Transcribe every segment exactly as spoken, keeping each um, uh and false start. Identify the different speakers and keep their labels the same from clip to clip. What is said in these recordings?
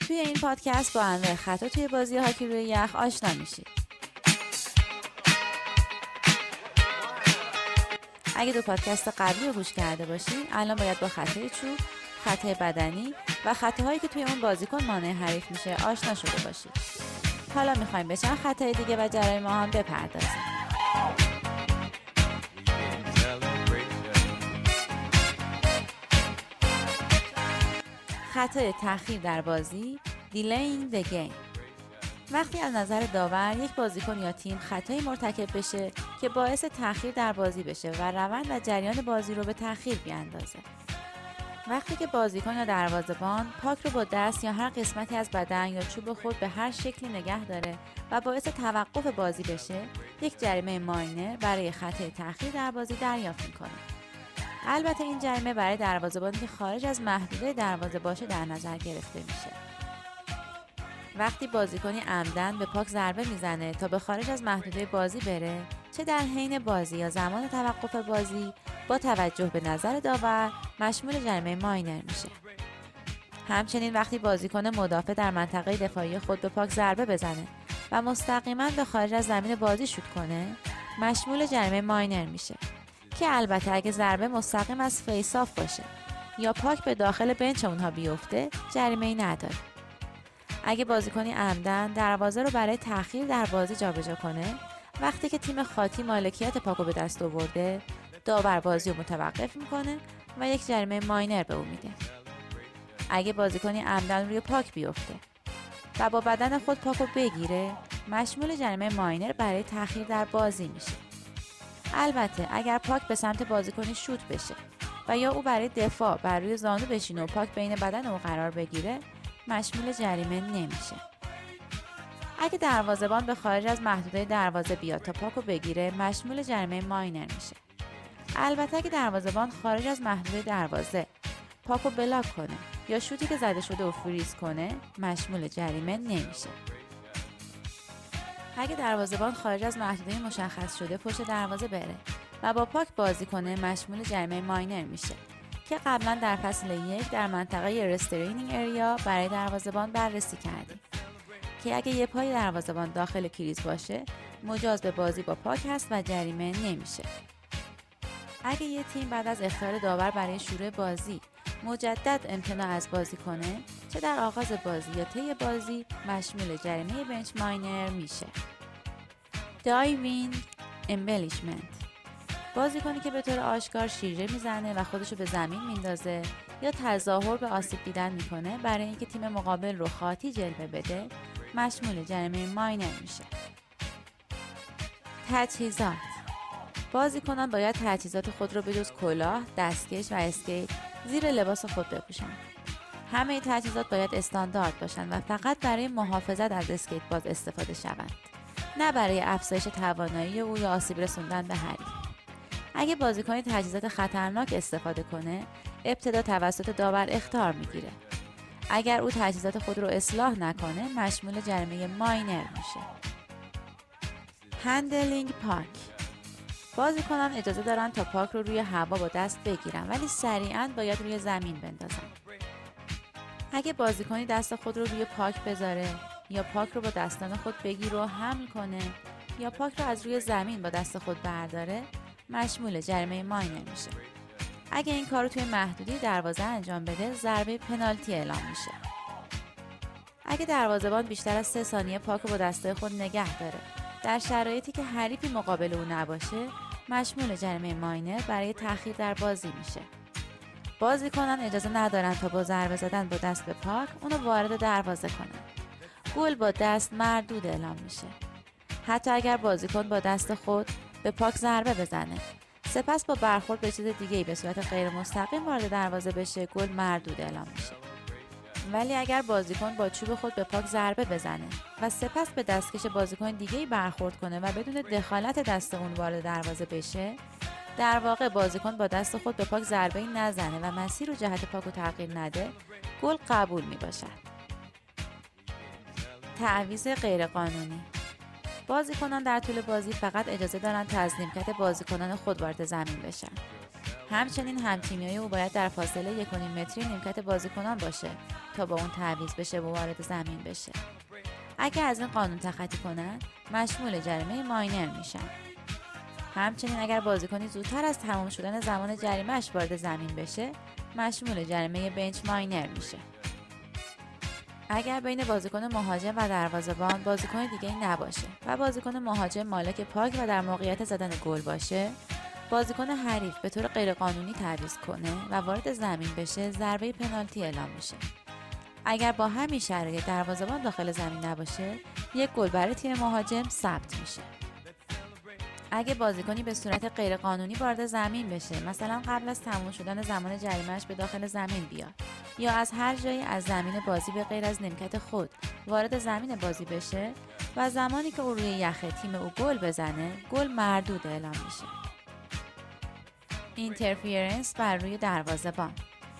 Speaker 1: توی این پادکست با انواع خطا توی بازی هاکی روی یخ آشنا میشید. اگه دو پادکست قبلی رو گوش کرده باشین، الان باید با خطای چوب، خطای بدنی و خطاهایی که توی اون بازیکن مانع حریف میشه آشنا شده باشید. حالا میخوایم به چند خطای دیگه و جرایم ما هم بپردازیم. خطای تأخیر در بازی، delaying the game. وقتی از نظر داور یک بازیکن یا تیم خطایی مرتکب بشه که باعث تأخیر در بازی بشه و روند و جریان بازی رو به تأخیر بیاندازه. وقتی که بازیکن یا دروازه‌بان پاک رو با دست یا هر قسمتی از بدن یا چوب خود به هر شکلی نگه داره و باعث توقف بازی بشه، یک جریمه ماینر برای خطای تأخیر در بازی دریافت میکنه. البته این جریمه برای دروازه‌بانی که خارج از محدوده دروازه باشه در نظر گرفته میشه. وقتی بازیکنی عمدن به پاک ضربه میزنه تا به خارج از محدوده بازی بره، چه در حین بازی یا زمان توقف بازی، با توجه به نظر داور مشمول جریمه ماینر میشه. همچنین وقتی بازیکن مدافع در منطقه دفاعی خود به پاک ضربه بزنه و مستقیما به خارج از زمین بازی شوت کنه، مشمول جریمه ماینر میشه که البته اگه ضربه مستقیم از فیس آف باشه یا پاک به داخل بنچ اونها بیفته، جریمه ای نداره. اگه بازیکنی عمدن دروازه رو برای تأخیر در بازی جابجا کنه، وقتی که تیم خاطی مالکیت پاک رو به دست آورده، داور بازی رو متوقف میکنه و یک جریمه ماینر به اون میده. اگه بازیکنی عمدن روی پاک بیفته و با بدن خود پاک رو بگیره، مشمول جریمه ماینر برای تأخیر در بازی میشه. البته اگر پاک به سمت بازیکنی شوت بشه و یا او برای دفاع بر روی زانو بشینه و پاک بین بدن او قرار بگیره، مشمول جریمه نمیشه. اگه دروازه‌بان به خارج از محدوده دروازه بیاد تا پاک رو بگیره، مشمول جریمه ماینر میشه. البته اگه دروازه‌بان خارج از محدوده دروازه پاک رو بلاک کنه یا شوتی که زده شده و فریز کنه، مشمول جریمه نمیشه. اگه دروازه‌بان خارج از محدوده مشخص شده پشت دروازه بره و با پاک بازی کنه، مشمول جریمه ماینر میشه که قبلا در فصل یک در منطقه رسترینینگ اریا برای دروازه‌بان بررسی کردیم که اگه یه پای دروازه‌بان داخل کریز باشه، مجاز به بازی با پاک هست و جریمه نمیشه. اگه یه تیم بعد از اخطار داور برای شروع بازی مجدد امتناع از بازی کنه، چه در آغاز بازی یا طی بازی، مشمول جریمه بنچ ماینر میشه. دایوینگ امبلیشمنت. بازیکنی که به طور آشکار شیرجه میزنه و خودشو به زمین میندازه یا تظاهر به آسیب دیدن میکنه برای اینکه تیم مقابل رو خاطی جلوه بده، مشمول جریمه ماینر میشه. تجهیزات. بازیکنان باید تجهیزات خود رو به جز کلاه، دستکش و اسکیت زیر لباس خود بپوشن. همه تجهیزات باید استاندارد باشن و فقط برای محافظت از اسکیت باز استفاده شوند، نه برای افزایش توانایی او یا آسیب رسوندن به حریف. اگه بازیکن تجهیزات خطرناک استفاده کنه، ابتدا توسط داور اخطار میگیره. اگر او تجهیزات خود رو اصلاح نکنه، مشمول جریمه ماینر میشه. هندلینگ پاک. بازیکنان اجازه دارن تا پاک رو روی هوا با دست بگیرن، ولی سریعاً باید روی زمین بندازن. اگه بازیکنی دست خود رو روی پاک بذاره یا پاک رو با دستان خود بگیره و حمل کنه یا پاک رو از روی زمین با دست خود برداره، مشمول جریمه ماینر میشه. اگه این کار رو توی محدوده دروازه انجام بده، ضربه پنالتی اعلام میشه. اگه دروازه‌بان بیشتر از سه ثانیه پاک رو با دستای خود نگه داره، در شرایطی که حریفی مقابل او نباشه، مشمول جریمه ماینر برای تأخیر در بازی میشه. بازیکنان اجازه ندارن تا با ضربه زدن با دست به پاک اونو وارد دروازه کنن. گل با دست مردود اعلام میشه. حتی اگر بازیکن با دست خود به پاک ضربه بزنه، سپس با برخورد به چیز دیگه‌ای به صورت غیر مستقیم وارد دروازه بشه، گل مردود اعلام میشه. ولی اگر بازیکن با چوب خود به پاک ضربه بزنه و سپس به دستکش بازیکن دیگه‌ای برخورد کنه و بدون دخالت دست اون وارد دروازه بشه، در واقع بازیکن با دست خود به پاک ضربه‌ای نزنه و مسیر و جهت پاک رو تغییر نده، گل قبول میباشد. تعویض غیرقانونی. بازیکنان در طول بازی فقط اجازه دارند تا از نیمکت بازیکنان خود وارد زمین بشن. همچنین همتیمیای او باید در فاصله یک و نیم متری نیمکت بازیکنان باشه تا با اون تعویض بشه و وارد زمین بشه. اگر از این قانون تخطی کنن مشمول جریمه ماینر میشن. همچنین اگر بازیکنی زودتر از تمام شدن زمان جریمه‌اش وارد زمین بشه مشمول جریمه بنچ ماینر میشه. اگر بین بازیکن مهاجم و دروازه‌بان بازیکن دیگه‌ای نباشه و بازیکن مهاجم مالک پاک و در موقعیت زدن گل باشه، بازیکن حریف به طور غیرقانونی تعویض کنه و وارد زمین بشه، ضربه پنالتی اعلام میشه. اگر با همین شرایط دروازه‌بان داخل زمین نباشه، یک گل برای تیم مهاجم ثبت میشه. اگه بازیکنی به صورت غیرقانونی وارد زمین بشه، مثلا قبل از تموم شدن زمان جریمه‌اش به داخل زمین بیاد یا از هر جایی از زمین بازی به غیر از نیمکت خود وارد زمین بازی بشه و زمانی که او روی یخ تیم او گل بزنه، گل مردود اعلام میشه. اینترفیرنس بر روی دروازه‌بان.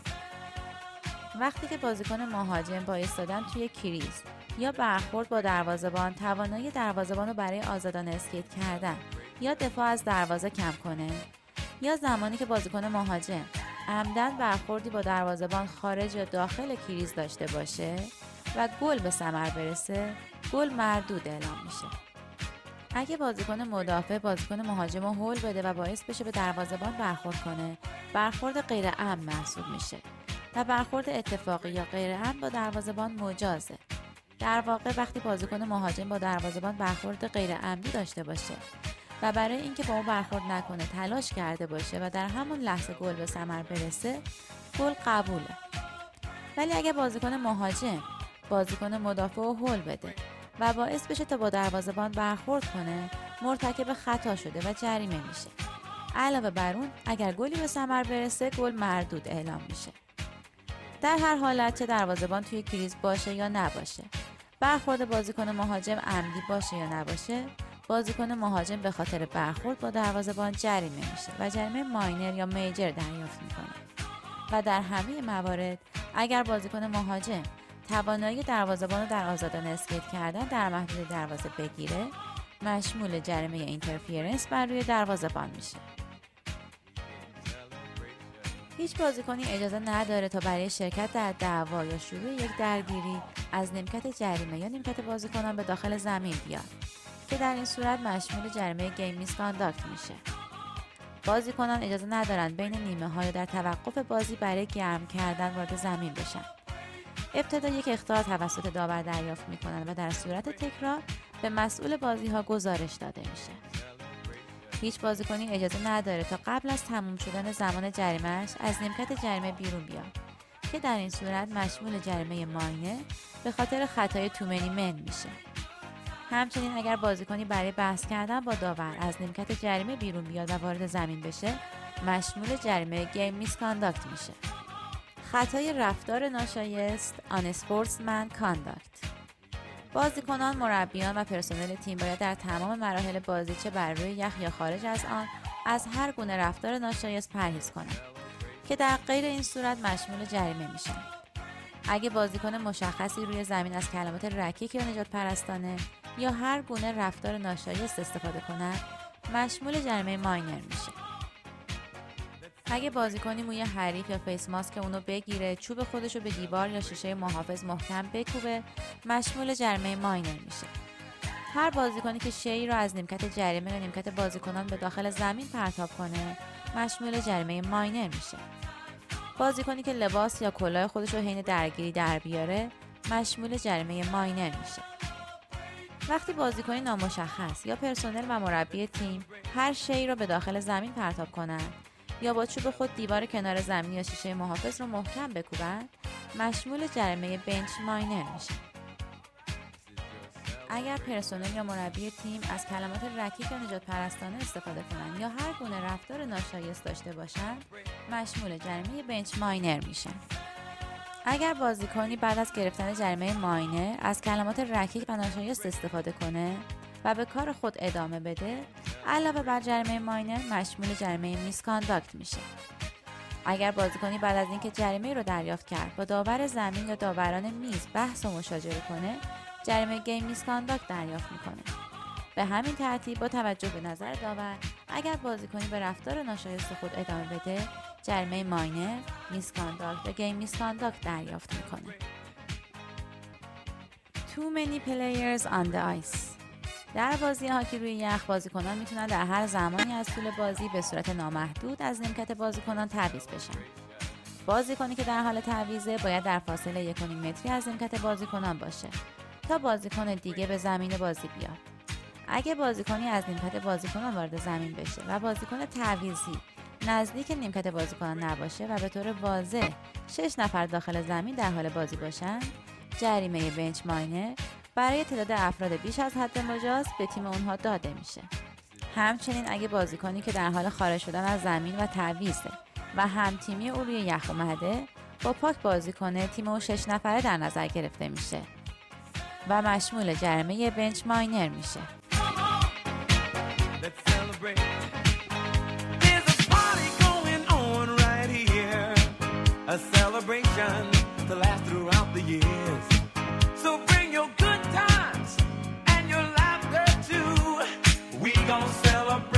Speaker 1: وقتی که بازیکن مهاجم با ایستادن توی کریز یا برخورد با دروازه‌بان توانایی دروازه‌بان رو برای آزادانه اسکیت کردن یا دفاع از دروازه کم کنه، یا زمانی که بازیکن مهاجم عمدن برخوردی با دروازه‌بان خارج یا داخل کریز داشته باشه و گل به ثمر برسه، گل مردود اعلام میشه. اگه بازیکن مدافع بازیکن مهاجم رو هول بده و باعث بشه به دروازه‌بان برخورد کنه، برخورد غیر عمد محسوب میشه و برخورد اتفاقی یا غیر عمد با دروازه‌بان مجازه. در واقع وقتی بازیکن مهاجم با دروازه‌بان برخورد غیر عمدی داشته باشه و برای اینکه با اون برخورد نکنه تلاش کرده باشه و در همون لحظه گل به ثمر برسه، گل قبوله. ولی اگه بازیکن مهاجم بازیکن مدافع رو هول بده و باعث بشه تا با دروازه‌بان برخورد کنه، مرتکب خطا شده و جریمه میشه. علاوه بر اون اگر گلی به ثمر برسه، گل مردود اعلام میشه. در هر حالت چه دروازه‌بان توی کریز باشه یا نباشه، برخورد بازیکن مهاجم عمدی باشه یا نباشه، بازیکن مهاجم به خاطر برخورد با دروازه‌بان جریمه میشه و جریمه ماینر یا میجر دریافت میکنه. و در همه موارد اگر بازیکن مهاجم توانایی دروازه‌بان رو در آزادانه اسکیت کردن در محدوده دروازه بگیره، مشمول جریمه اینترفیرنس بر روی دروازه‌بان میشه. هیچ بازیکنی اجازه نداره تا برای شرکت در دعوا یا شروع یک درگیری از نیمکت جریمه یا نیمکت بازیکنان به داخل زمین بیاد که در این صورت مشمول جریمه گیم میسکانداکت میشه. بازیکنان اجازه ندارن بین نیمه ها یا در توقف بازی برای گرم کردن وارد زمین بشن. ابتدا یک اخطار توسط داور دریافت میکنن و در صورت تکرار به مسئول بازی ها گزارش داده میشه. هیچ بازیکنی اجازه نداره تا قبل از تموم شدن زمان جریمه‌اش از نیمکت جریمه بیرون بیاد که در این صورت مشمول جریمه ماینر به خاطر خطای تومنی من میشه. همچنین اگر بازیکنی برای بحث کردن با داور از نیمکت جریمه بیرون بیاد و وارد زمین بشه، مشمول جریمه گیم میسکانداکت میشه. خطای رفتار ناشایست unsportsman conduct. بازیکنان، مربیان و پرسنل تیم باید در تمام مراحل بازی چه بر روی یخ یا خارج از آن از هر گونه رفتار ناشایست پرهیز کنند که در غیر این صورت مشمول جریمه میشن. اگه بازیکن مشخصی روی زمین از کلمات رکیک یا نجات پرستانه یا هر گونه رفتار ناشایست استفاده کنند، مشمول جریمه ماینر میشه. اگه بازیکنی موی حریف یا فیس ماسک اونو بگیره، چوب خودشو به دیوار یا شیشه محافظ محکم بکوبه، مشمول جریمه ماینر میشه. هر بازیکنی که شیئی رو از نیمکت جریمه یا نیمکت بازیکنان به داخل زمین پرتاب کنه، مشمول جریمه ماینر میشه. بازیکنی که لباس یا کلاه خودشو حین درگیری در بیاره، مشمول جریمه ماینر میشه. وقتی بازیکنی نامشخص یا پرسنل و مربی تیم هر شیئی رو به داخل زمین پرتاب کنند یا با چوب خود دیوار کنار زمین یا شیشه محافظ رو محکم بکوبند، مشمول جریمه بنچ ماینر میشه. اگر پرسنل یا مربی تیم از کلمات رکیک یا نجات پرستانه استفاده کنند یا هر گونه رفتار ناشایست داشته باشند، مشمول جریمه بنچ ماینر میشن. اگر بازیکنی بعد از گرفتن جریمه ماینر از کلمات رکیک و ناشایست استفاده کنه و به کار خود ادامه بده، علاوه بر جریمه ماینر مشمول جریمه میسکانداکت میشه. اگر بازیکنی بعد از اینکه جریمه رو دریافت کرد با داور زمین یا داوران میز بحث و مشاجره کنه، جریمه گیم میسکانداکت دریافت میکنه. به همین ترتیب با توجه به نظر داور، اگر بازیکنی به رفتار ناشایست خود ادامه بده، جریمه ماینر، میسکانداکت و گیم میسکانداکت دریافت میکنه. Too many players on the ice. در بازی هاکی روی یخ بازیکنان میتونن در هر زمانی از طول بازی به صورت نامحدود از نیمکت بازیکنان تعویض بشن. بازیکنی که در حال تعویضه باید در فاصله یک و نیم متری از نیمکت بازیکنان باشه تا بازیکن دیگه به زمین بازی بیاد. اگه بازیکنی از نیمکت بازیکنان وارد زمین بشه و بازیکن تعویضی نزدیک نیمکت بازیکنان نباشه و به طور واضح شش نفر داخل زمین در حال بازی باشن، جریمه بنچ ماینر برای تعداد افراد بیش از حد مجاز به تیم اونها داده میشه. همچنین اگه بازیکنی که در حال خارج شدن از زمین و تعویضه و هم تیمی او روی یخ اومده با پاک بازی کنه، تیم او شش نفره در نظر گرفته میشه و مشمول جریمه بنچ ماینر میشه. A celebration to last throughout the years. So bring your good times and your laughter too. We gon' celebrate.